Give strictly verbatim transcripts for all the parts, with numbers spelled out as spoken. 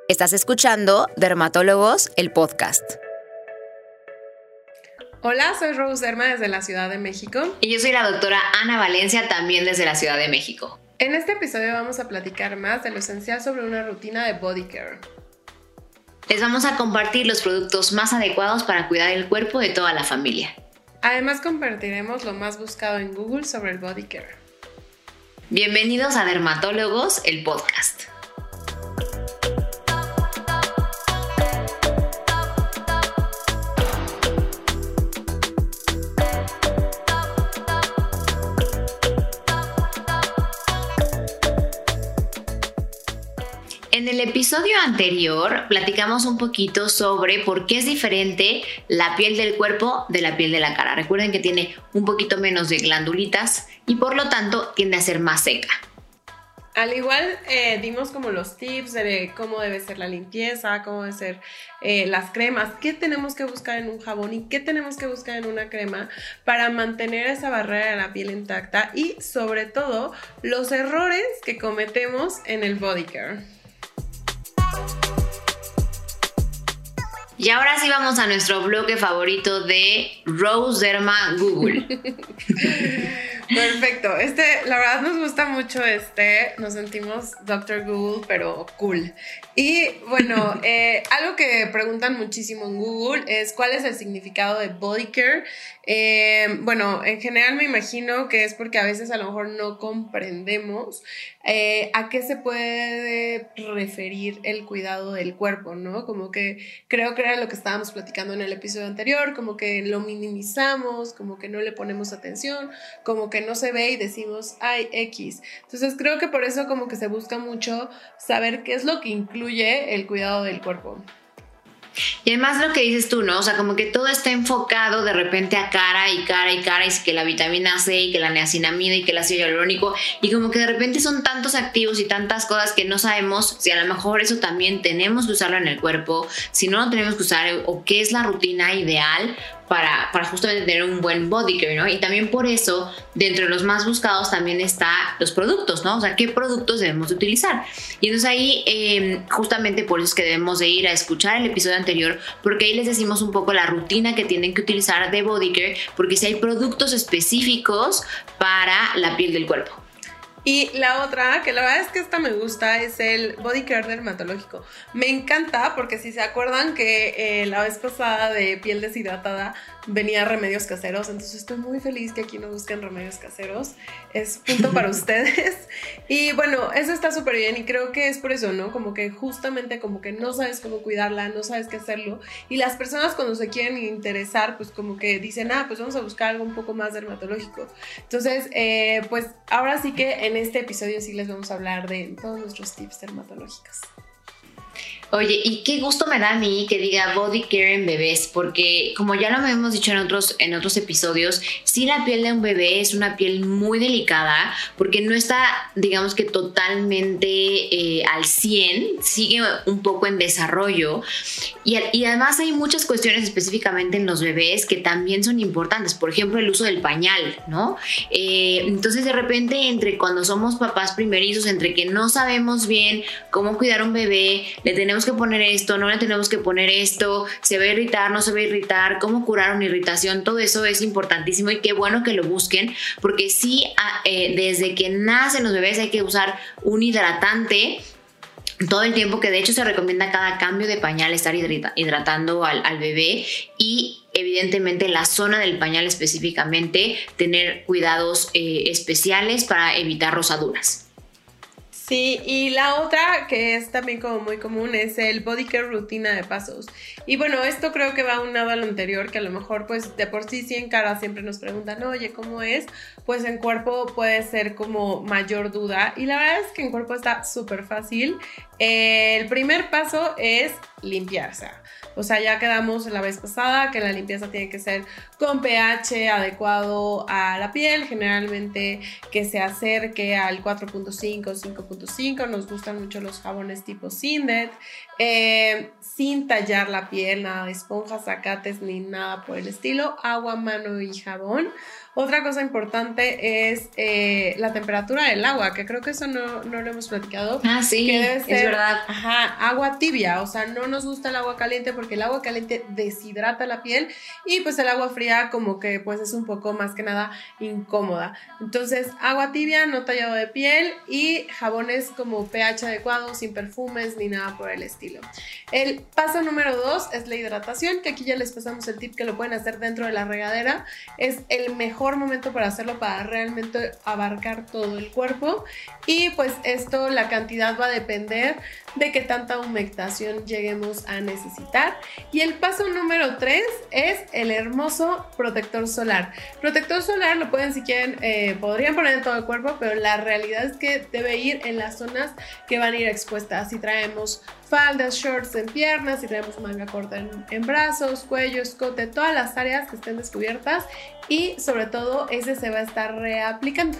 Estás escuchando Dermatólogos, el podcast. Hola, soy Rose Derma desde la Ciudad de México. Y yo soy la doctora Ana Valencia, también desde la Ciudad de México. En este episodio vamos a platicar más de lo esencial sobre una rutina de body care. Les vamos a compartir los productos más adecuados para cuidar el cuerpo de toda la familia. Además, compartiremos lo más buscado en Google sobre el body care. Bienvenidos a Dermatólogos, el podcast. En el episodio anterior platicamos un poquito sobre por qué es diferente la piel del cuerpo de la piel de la cara. Recuerden que tiene un poquito menos de glandulitas y por lo tanto tiende a ser más seca. Al igual eh, dimos como los tips de cómo debe ser la limpieza, cómo deben ser eh, las cremas, qué tenemos que buscar en un jabón y qué tenemos que buscar en una crema para mantener esa barrera de la piel intacta y sobre todo los errores que cometemos en el body care. Y ahora sí vamos a nuestro bloque favorito de Rose Derma Google. Perfecto, este, la verdad nos gusta mucho este, nos sentimos doctor Google, pero cool. Y bueno, eh, algo que preguntan muchísimo en Google es ¿cuál es el significado de body care? Eh, bueno, en general me imagino que es porque a veces a lo mejor no comprendemos eh, a qué se puede referir el cuidado del cuerpo, ¿no? Como que creo que era lo que estábamos platicando en el episodio anterior, como que lo minimizamos, como que no le ponemos atención, como que no se ve y decimos, ay, X. Entonces creo que por eso como que se busca mucho saber qué es lo que incluye el cuidado del cuerpo. Y además lo que dices tú, ¿no? O sea, como que todo está enfocado de repente a cara y cara y cara, y que la vitamina C y que la niacinamida y que el ácido hialurónico, y como que de repente son tantos activos y tantas cosas que no sabemos si a lo mejor eso también tenemos que usarlo en el cuerpo, si no lo tenemos que usar, o qué es la rutina ideal para, para justamente tener un buen body care, ¿no? Y también por eso, dentro de los más buscados también está los productos, ¿no? O sea, ¿qué productos debemos de utilizar? Y entonces ahí, eh, justamente por eso es que debemos de ir a escuchar el episodio anterior, porque ahí les decimos un poco la rutina que tienen que utilizar de body care, porque si hay productos específicos para la piel del cuerpo. Y la otra, que la verdad es que esta me gusta, es el body care dermatológico. Me encanta porque si se acuerdan que eh, la vez pasada de piel deshidratada venía remedios caseros, entonces estoy muy feliz que aquí no busquen remedios caseros. Es punto para ustedes. Y bueno, eso está súper bien y creo que es por eso, ¿no? Como que justamente como que no sabes cómo cuidarla, no sabes qué hacerlo. Y las personas cuando se quieren interesar, pues como que dicen, ah, pues vamos a buscar algo un poco más dermatológico. Entonces, eh, pues ahora sí que en En este episodio sí les vamos a hablar de todos nuestros tips dermatológicos. Oye, y qué gusto me da a mí que diga body care en bebés, porque como ya lo hemos dicho en otros, en otros episodios, sí, la piel de un bebé es una piel muy delicada, porque no está, digamos que totalmente eh, al cien, sigue un poco en desarrollo, y, y además hay muchas cuestiones específicamente en los bebés que también son importantes, por ejemplo, el uso del pañal, ¿no? Eh, entonces de repente entre cuando somos papás primerizos, entre que no sabemos bien cómo cuidar a un bebé, le tenemos que poner esto, no le tenemos que poner esto, se va a irritar, no se va a irritar, cómo curar una irritación, todo eso es importantísimo y qué bueno que lo busquen, porque sí, eh, desde que nacen los bebés hay que usar un hidratante todo el tiempo, que de hecho se recomienda cada cambio de pañal estar hidratando al, al bebé, y evidentemente la zona del pañal específicamente tener cuidados eh, especiales para evitar rosaduras. Sí, y la otra que es también como muy común es el body care rutina de pasos. Y bueno, esto creo que va unado a lo anterior, que a lo mejor pues de por sí sí en cara siempre nos preguntan, oye, ¿cómo es? Pues en cuerpo puede ser como mayor duda, y la verdad es que en cuerpo está súper fácil. Eh, el primer paso es limpiarse. O sea, ya quedamos la vez pasada que la limpieza tiene que ser con pH adecuado a la piel, generalmente que se acerque al cuatro punto cinco, cinco punto cinco. Nos gustan mucho los jabones tipo Sindet, eh, sin tallar la piel, nada de esponjas, zacates ni nada por el estilo, agua, mano y jabón. Otra cosa importante es eh, la temperatura del agua, que creo que eso no, no lo hemos platicado. Ah, sí, que debe ser, es verdad. Ajá, agua tibia, o sea, no nos gusta el agua caliente porque el agua caliente deshidrata la piel y pues el agua fría como que pues es un poco más que nada incómoda. Entonces, agua tibia, no tallado de piel y jabones como pH adecuado, sin perfumes ni nada por el estilo. El paso número dos es la hidratación, que aquí ya les pasamos el tip que lo pueden hacer dentro de la regadera. Es el mejor momento para hacerlo, para realmente abarcar todo el cuerpo y pues esto, la cantidad va a depender de qué tanta humectación lleguemos a necesitar. Y el paso número tres es el hermoso protector solar. Protector solar lo pueden, si quieren, eh, podrían poner en todo el cuerpo, pero la realidad es que debe ir en las zonas que van a ir expuestas. Si traemos faldas, shorts en piernas, si traemos manga corta en, en brazos, cuello, escote, todas las áreas que estén descubiertas y sobre todo ese se va a estar reaplicando.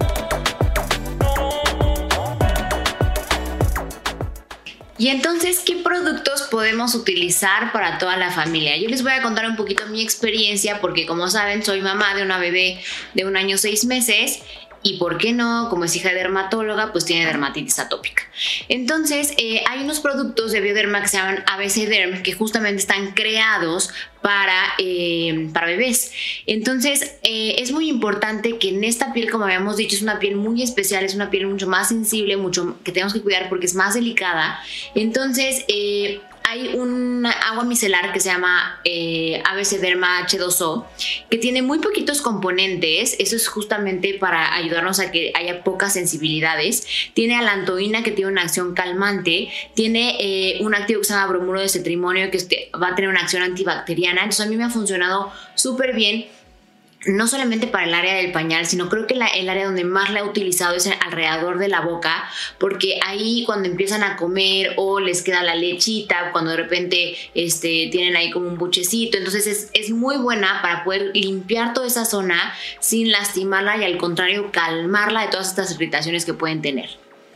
Y entonces, ¿qué productos podemos utilizar para toda la familia? Yo les voy a contar un poquito mi experiencia porque, como saben, soy mamá de una bebé de un año seis meses y, ¿por qué no? Como es hija de dermatóloga, pues tiene dermatitis atópica. Entonces, eh, hay unos productos de Bioderma que se llaman A B C Derm que justamente están creados para, eh, para bebés. Entonces, eh, es muy importante que en esta piel, como habíamos dicho, es una piel muy especial, es una piel mucho más sensible, mucho que tenemos que cuidar porque es más delicada. Entonces, eh, hay un agua micelar que se llama eh, A B C Derma H dos O, que tiene muy poquitos componentes. Eso es justamente para ayudarnos a que haya pocas sensibilidades. Tiene alantoína, que tiene una acción calmante. Tiene eh, un activo que se llama bromuro de cetrimonio, que este, va a tener una acción antibacteriana. Entonces a mí me ha funcionado súper bien. No solamente para el área del pañal, sino creo que la, el área donde más la he utilizado es alrededor de la boca, porque ahí cuando empiezan a comer o les queda la lechita, cuando de repente este, tienen ahí como un buchecito, entonces es, es muy buena para poder limpiar toda esa zona sin lastimarla y al contrario calmarla de todas estas irritaciones que pueden tener.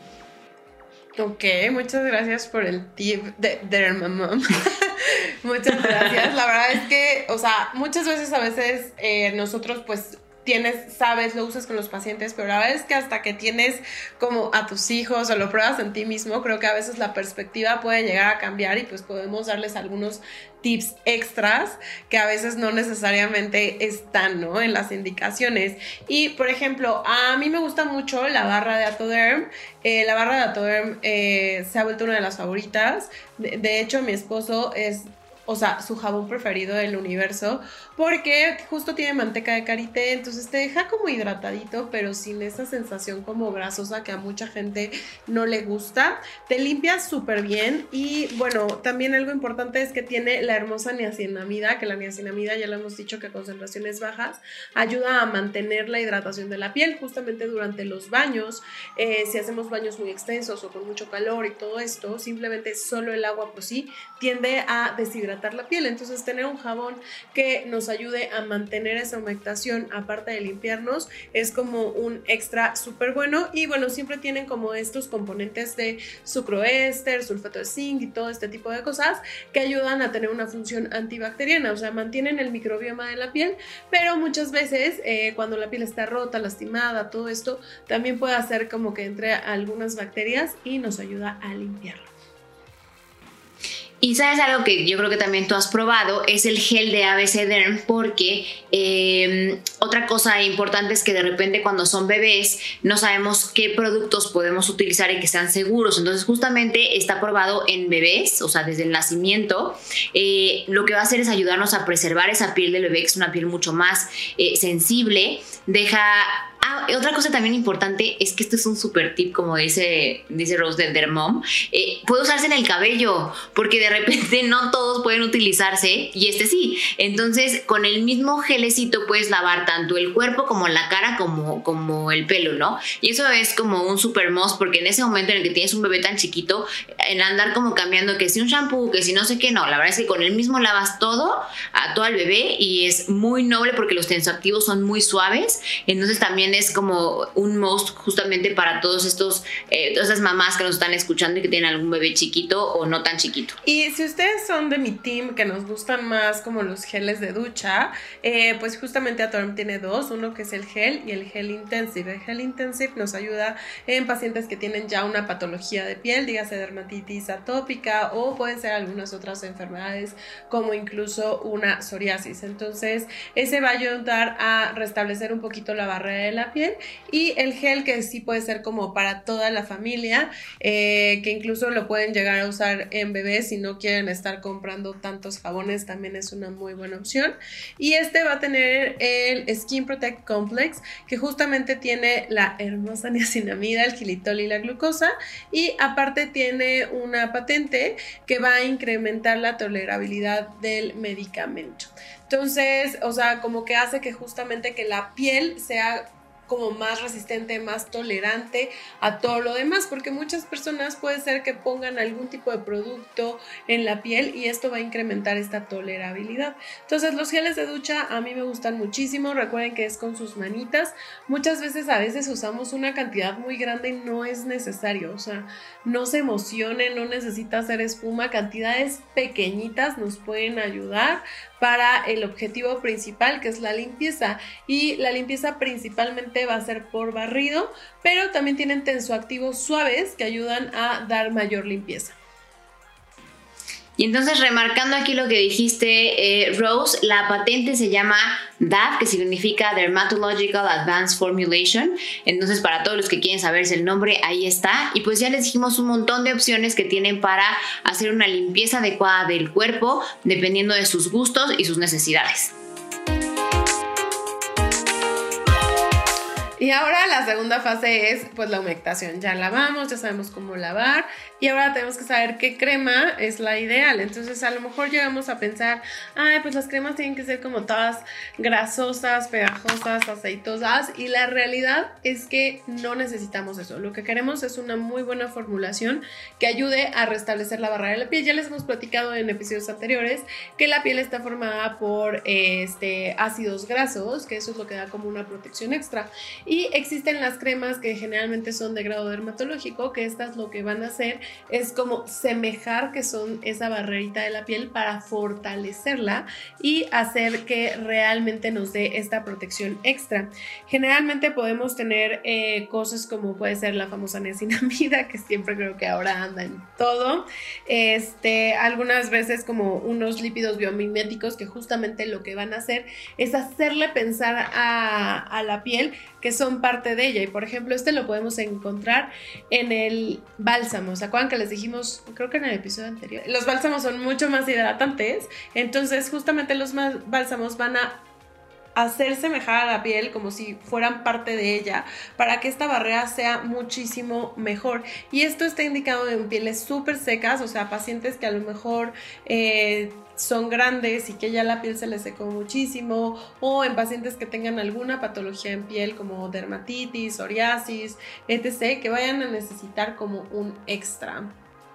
Ok, muchas gracias por el tip de Dermamom. Muchas gracias. La verdad es que, o sea, muchas veces a veces eh, nosotros pues tienes, sabes, lo usas con los pacientes, pero la verdad es que hasta que tienes como a tus hijos o lo pruebas en ti mismo, creo que a veces la perspectiva puede llegar a cambiar y pues podemos darles algunos tips extras que a veces no necesariamente están, ¿no?, en las indicaciones. Y, por ejemplo, a mí me gusta mucho la barra de Atoderm. Eh, la barra de Atoderm eh, se ha vuelto una de las favoritas. De, de hecho, mi esposo es, o sea, su jabón preferido del universo, porque justo tiene manteca de karité, entonces te deja como hidratadito, pero sin esa sensación como grasosa que a mucha gente no le gusta. Te limpias súper bien y, bueno, también algo importante es que tiene la hermosa niacinamida, que la niacinamida, ya lo hemos dicho, que a concentraciones bajas ayuda a mantener la hidratación de la piel justamente durante los baños. Eh, si hacemos baños muy extensos o con mucho calor y todo esto, simplemente solo el agua por sí tiende a deshidratar la piel, entonces tener un jabón que nos ayude a mantener esa humectación aparte de limpiarnos es como un extra súper bueno. Y bueno, siempre tienen como estos componentes de sucroéster, sulfato de zinc y todo este tipo de cosas que ayudan a tener una función antibacteriana, o sea, mantienen el microbioma de la piel, pero muchas veces eh, cuando la piel está rota, lastimada, todo esto también puede hacer como que entre algunas bacterias y nos ayuda a limpiarlo. Y sabes algo que yo creo que también tú has probado, es el gel de A B C Derm, porque eh, otra cosa importante es que de repente cuando son bebés no sabemos qué productos podemos utilizar y que sean seguros. Entonces justamente está probado en bebés, o sea, desde el nacimiento. Eh, lo que va a hacer es ayudarnos a preservar esa piel del bebé, que es una piel mucho más eh, sensible. Deja... Ah, otra cosa también importante es que este es un super tip, como dice, dice Rose de Dermom. Eh, puede usarse en el cabello, porque de repente no todos pueden utilizarse y este sí. Entonces, con el mismo gelecito puedes lavar tanto el cuerpo como la cara como, como el pelo, ¿no? Y eso es como un super must, porque en ese momento en el que tienes un bebé tan chiquito, en andar como cambiando que si un shampoo, que si no sé qué, no. La verdad es que con el mismo lavas todo, a todo el bebé, y es muy noble porque los tensoactivos son muy suaves. Entonces también es es como un must justamente para todos estos, eh, todas esas mamás que nos están escuchando y que tienen algún bebé chiquito o no tan chiquito. Y si ustedes son de mi team, que nos gustan más como los geles de ducha, eh, pues justamente Atorm tiene dos, uno que es el gel y el gel intensive. El gel intensive nos ayuda en pacientes que tienen ya una patología de piel, dígase dermatitis atópica o pueden ser algunas otras enfermedades como incluso una psoriasis. Entonces ese va a ayudar a restablecer un poquito la barrera de la piel, y el gel que sí puede ser como para toda la familia, eh, que incluso lo pueden llegar a usar en bebés si no quieren estar comprando tantos jabones, también es una muy buena opción. Y este va a tener el Skin Protect Complex, que justamente tiene la hermosa niacinamida, el xilitol y la glucosa, y aparte tiene una patente que va a incrementar la tolerabilidad del medicamento. Entonces, o sea, como que hace que justamente que la piel sea como más resistente, más tolerante a todo lo demás, porque muchas personas puede ser que pongan algún tipo de producto en la piel y esto va a incrementar esta tolerabilidad. Entonces los geles de ducha a mí me gustan muchísimo, recuerden que es con sus manitas, muchas veces a veces usamos una cantidad muy grande y no es necesario, o sea, no se emocionen, no necesita hacer espuma, cantidades pequeñitas nos pueden ayudar para el objetivo principal, que es la limpieza, y la limpieza principalmente va a ser por barrido, pero también tienen tensoactivos suaves que ayudan a dar mayor limpieza. Y entonces, remarcando aquí lo que dijiste, eh, Rose, la patente se llama D A V, que significa Dermatological Advanced Formulation. Entonces, para todos los que quieren saberse el nombre, ahí está. Y pues ya les dijimos un montón de opciones que tienen para hacer una limpieza adecuada del cuerpo, dependiendo de sus gustos y sus necesidades. Y ahora la segunda fase es pues la humectación. Ya lavamos, ya sabemos cómo lavar y ahora tenemos que saber qué crema es la ideal. Entonces a lo mejor llegamos a pensar, ay, pues las cremas tienen que ser como todas grasosas, pegajosas, aceitosas, y la realidad es que no necesitamos eso. Lo que queremos es una muy buena formulación que ayude a restablecer la barrera de la piel. Ya les hemos platicado en episodios anteriores que la piel está formada por este, ácidos grasos, que eso es lo que da como una protección extra. Y existen las cremas que generalmente son de grado dermatológico, que estas lo que van a hacer es como semejar que son esa barrerita de la piel para fortalecerla y hacer que realmente nos dé esta protección extra. Generalmente podemos tener eh, cosas como puede ser la famosa niacinamida, que siempre creo que ahora anda en todo. Este, algunas veces como unos lípidos biomiméticos que justamente lo que van a hacer es hacerle pensar a, a la piel que son parte de ella. Y por ejemplo, este lo podemos encontrar en el bálsamo. ¿Se acuerdan que les dijimos, creo que en el episodio anterior? Los bálsamos son mucho más hidratantes, entonces justamente los bálsamos van a hacer semejar a la piel como si fueran parte de ella para que esta barrera sea muchísimo mejor. Y esto está indicado en pieles súper secas, o sea, pacientes que a lo mejor eh, son grandes y que ya la piel se les secó muchísimo, o en pacientes que tengan alguna patología en piel como dermatitis, psoriasis, etcétera, que vayan a necesitar como un extra.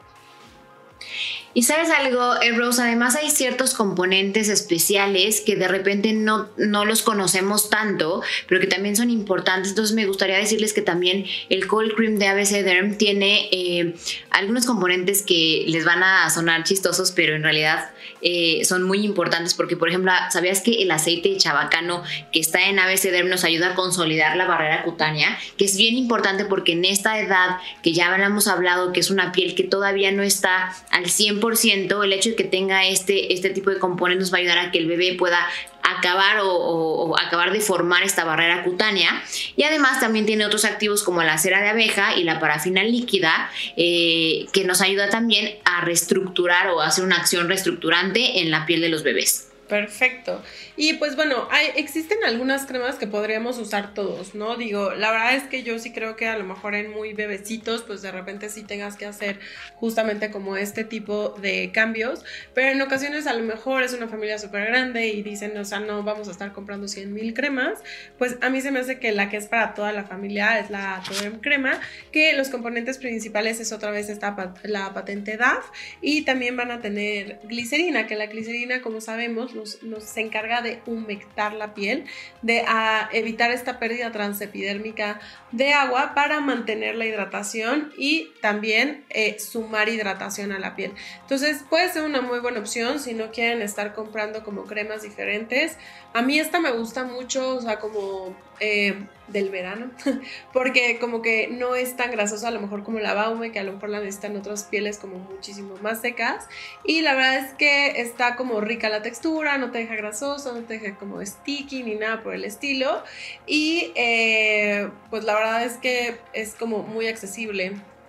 Y ¿sabes algo, eh, Rose? Además hay ciertos componentes especiales que de repente no, no los conocemos tanto, pero que también son importantes. Entonces me gustaría decirles que también el Cold Cream de A B C Derm tiene eh, algunos componentes que les van a sonar chistosos, pero en realidad eh, son muy importantes porque, por ejemplo, ¿sabías que el aceite de chabacano que está en A B C Derm nos ayuda a consolidar la barrera cutánea? Que es bien importante porque en esta edad que ya habíamos hablado, que es una piel que todavía no está al cien por ciento, el hecho de que tenga este, este tipo de componentes nos va a ayudar a que el bebé pueda acabar o, o, o acabar de formar esta barrera cutánea. Y además también tiene otros activos como la cera de abeja y la parafina líquida, eh, que nos ayuda también a reestructurar o a hacer una acción reestructurante en la piel de los bebés. Perfecto. Y pues bueno, hay, existen algunas cremas que podríamos usar todos, ¿no? Digo, la verdad es que yo sí creo que a lo mejor en muy bebecitos, pues de repente sí tengas que hacer justamente como este tipo de cambios, pero en ocasiones a lo mejor es una familia súper grande y dicen, o sea, no vamos a estar comprando cien mil cremas, pues a mí se me hace que la que es para toda la familia es la Atorm crema, que los componentes principales es otra vez esta, la patente D A V, y también van a tener glicerina, que la glicerina, como sabemos, nos, nos se encarga de humectar la piel, de a, evitar esta pérdida transepidérmica de agua para mantener la hidratación y también eh, sumar hidratación a la piel. Entonces puede ser una muy buena opción si no quieren estar comprando como cremas diferentes. A mí esta me gusta mucho, o sea, como eh, del verano, porque como que no es tan grasosa, a lo mejor como la Baume, que a lo mejor la necesitan otras pieles como muchísimo más secas, y la verdad es que está como rica la textura, no te deja grasosa, no te deja como sticky ni nada por el estilo, y eh, pues la verdad es que es como muy accesible.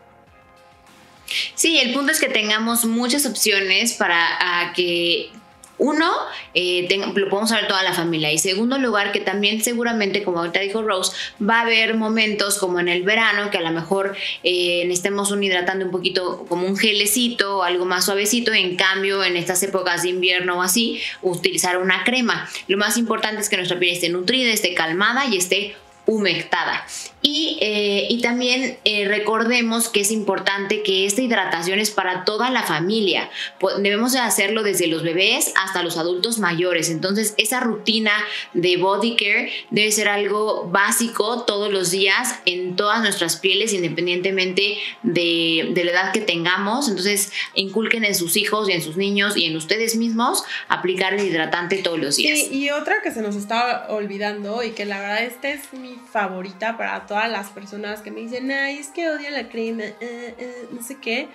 Sí, el punto es que tengamos muchas opciones para uh, que uno, eh, tenga, lo podemos saber toda la familia, y segundo lugar, que también seguramente, como ahorita dijo Rose, va a haber momentos como en el verano que a lo mejor eh, necesitemos un hidratante un poquito como un gelecito o algo más suavecito. En cambio, en estas épocas de invierno o así, utilizar una crema. Lo más importante es que nuestra piel esté nutrida, esté calmada y esté humectada. Y, eh, y también eh, recordemos que es importante que esta hidratación es para toda la familia. Debemos de hacerlo desde los bebés hasta los adultos mayores. Entonces esa rutina de body care debe ser algo básico todos los días en todas nuestras pieles, independientemente de, de la edad que tengamos. Entonces inculquen en sus hijos y en sus niños y en ustedes mismos aplicar el hidratante todos los días. Sí, y otra que se nos estaba olvidando, y que la verdad esta es mi favorita para todas las personas que me dicen, ay, es que odio la crema, uh, uh, no sé qué.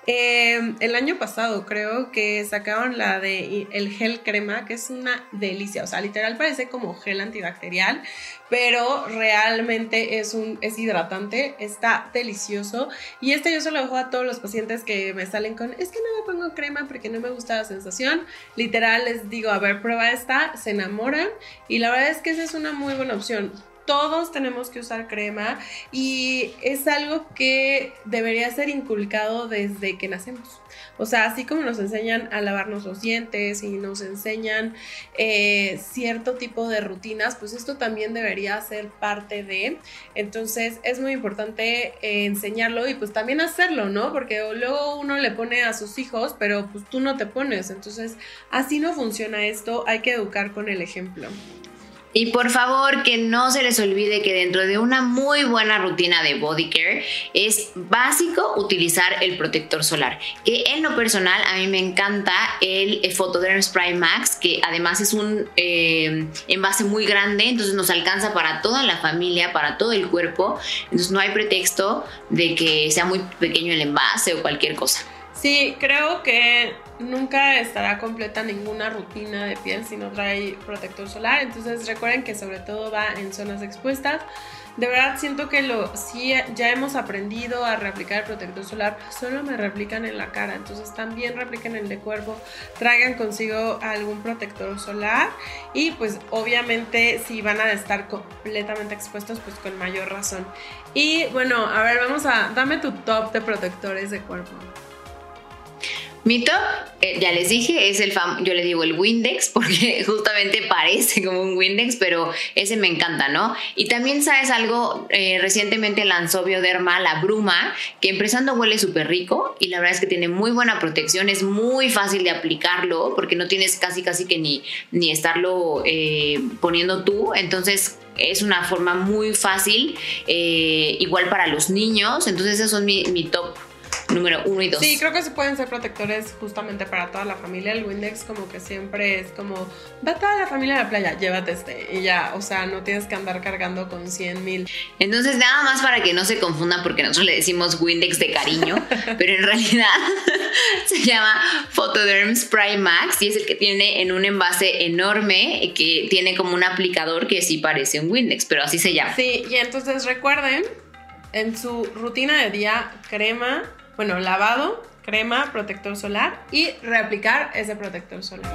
Eh, el año pasado creo que sacaron la de el gel crema, que es una delicia, o sea, literal parece como gel antibacterial, pero realmente es un es hidratante, está delicioso, y este yo se lo dejo a todos los pacientes que me salen con, es que no me pongo crema porque no me gusta la sensación. Literal les digo, a ver, prueba esta, se enamoran, y la verdad es que esa es una muy buena opción. Todos tenemos que usar crema y es algo que debería ser inculcado desde que nacemos. O sea, así como nos enseñan a lavarnos los dientes y nos enseñan eh, cierto tipo de rutinas, pues esto también debería ser parte de. Entonces es muy importante eh, enseñarlo y pues también hacerlo, ¿no? Porque luego uno le pone a sus hijos, pero pues tú no te pones. Entonces así no funciona esto, hay que educar con el ejemplo. Y por favor, que no se les olvide que dentro de una muy buena rutina de body care es básico utilizar el protector solar. Que en lo personal a mí me encanta el Photoderm Spray Max, que además es un eh, envase muy grande, entonces nos alcanza para toda la familia, para todo el cuerpo. Entonces no hay pretexto de que sea muy pequeño el envase o cualquier cosa. Sí, creo que nunca estará completa ninguna rutina de piel si no trae protector solar. Entonces recuerden que sobre todo va en zonas expuestas. De verdad siento que lo sí ya hemos aprendido a reaplicar el protector solar, solo me reaplican en la cara. Entonces también reapliquen el de cuerpo, traigan consigo algún protector solar, y pues obviamente si van a estar completamente expuestos, pues con mayor razón. Y bueno, a ver, vamos a, dame tu top de protectores de cuerpo. Mi top, eh, ya les dije, es el fam yo le digo el Windex, porque justamente parece como un Windex, pero ese me encanta, ¿no? Y también, ¿sabes algo? Eh, recientemente lanzó Bioderma la Bruma, que empezando huele súper rico, y la verdad es que tiene muy buena protección, es muy fácil de aplicarlo, porque no tienes casi casi que ni, ni estarlo eh, poniendo tú, entonces es una forma muy fácil, eh, igual para los niños. Entonces esos son mi, mi top número uno y dos. Sí, creo que se pueden ser protectores justamente para toda la familia. El Windex como que siempre es como, va toda la familia a la playa, llévate este y ya, o sea, no tienes que andar cargando con cien mil. Entonces nada más para que no se confundan, porque nosotros le decimos Windex de cariño, pero en realidad se llama Photoderm Spray Max, y es el que tiene en un envase enorme que tiene como un aplicador que sí parece un Windex, pero así se llama. Sí, y entonces recuerden, en su rutina de día, crema, bueno, lavado, crema, protector solar y reaplicar ese protector solar.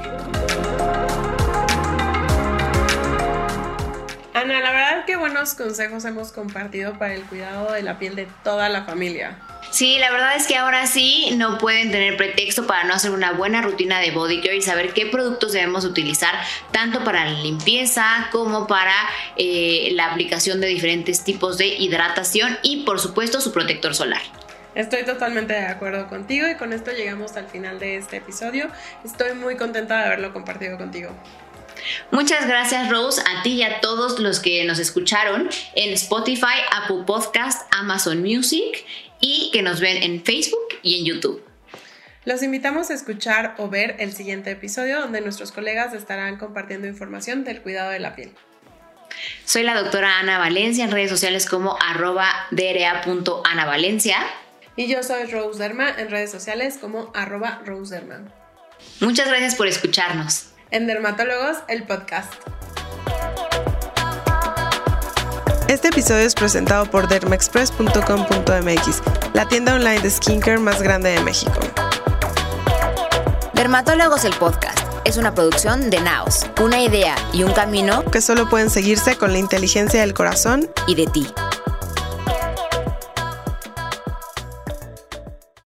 Ana, la verdad qué buenos consejos hemos compartido para el cuidado de la piel de toda la familia. Sí, la verdad es que ahora sí no pueden tener pretexto para no hacer una buena rutina de body care y saber qué productos debemos utilizar tanto para la limpieza como para eh, la aplicación de diferentes tipos de hidratación y por supuesto su protector solar. Estoy totalmente de acuerdo contigo y con esto llegamos al final de este episodio. Estoy muy contenta de haberlo compartido contigo. Muchas gracias, Rose, a ti y a todos los que nos escucharon en Spotify, Apple Podcast, Amazon Music y que nos ven en Facebook y en YouTube. Los invitamos a escuchar o ver el siguiente episodio donde nuestros colegas estarán compartiendo información del cuidado de la piel. Soy la doctora Ana Valencia en redes sociales como arroba dra punto ana valencia. Y yo soy Rose Derma en redes sociales como arroba Rose Derma. Muchas gracias por escucharnos. En Dermatólogos, el podcast. Este episodio es presentado por dermaexpress punto com punto m x, la tienda online de skincare más grande de México. Dermatólogos, el podcast, es una producción de Naos, una idea y un camino que solo pueden seguirse con la inteligencia del corazón y de ti.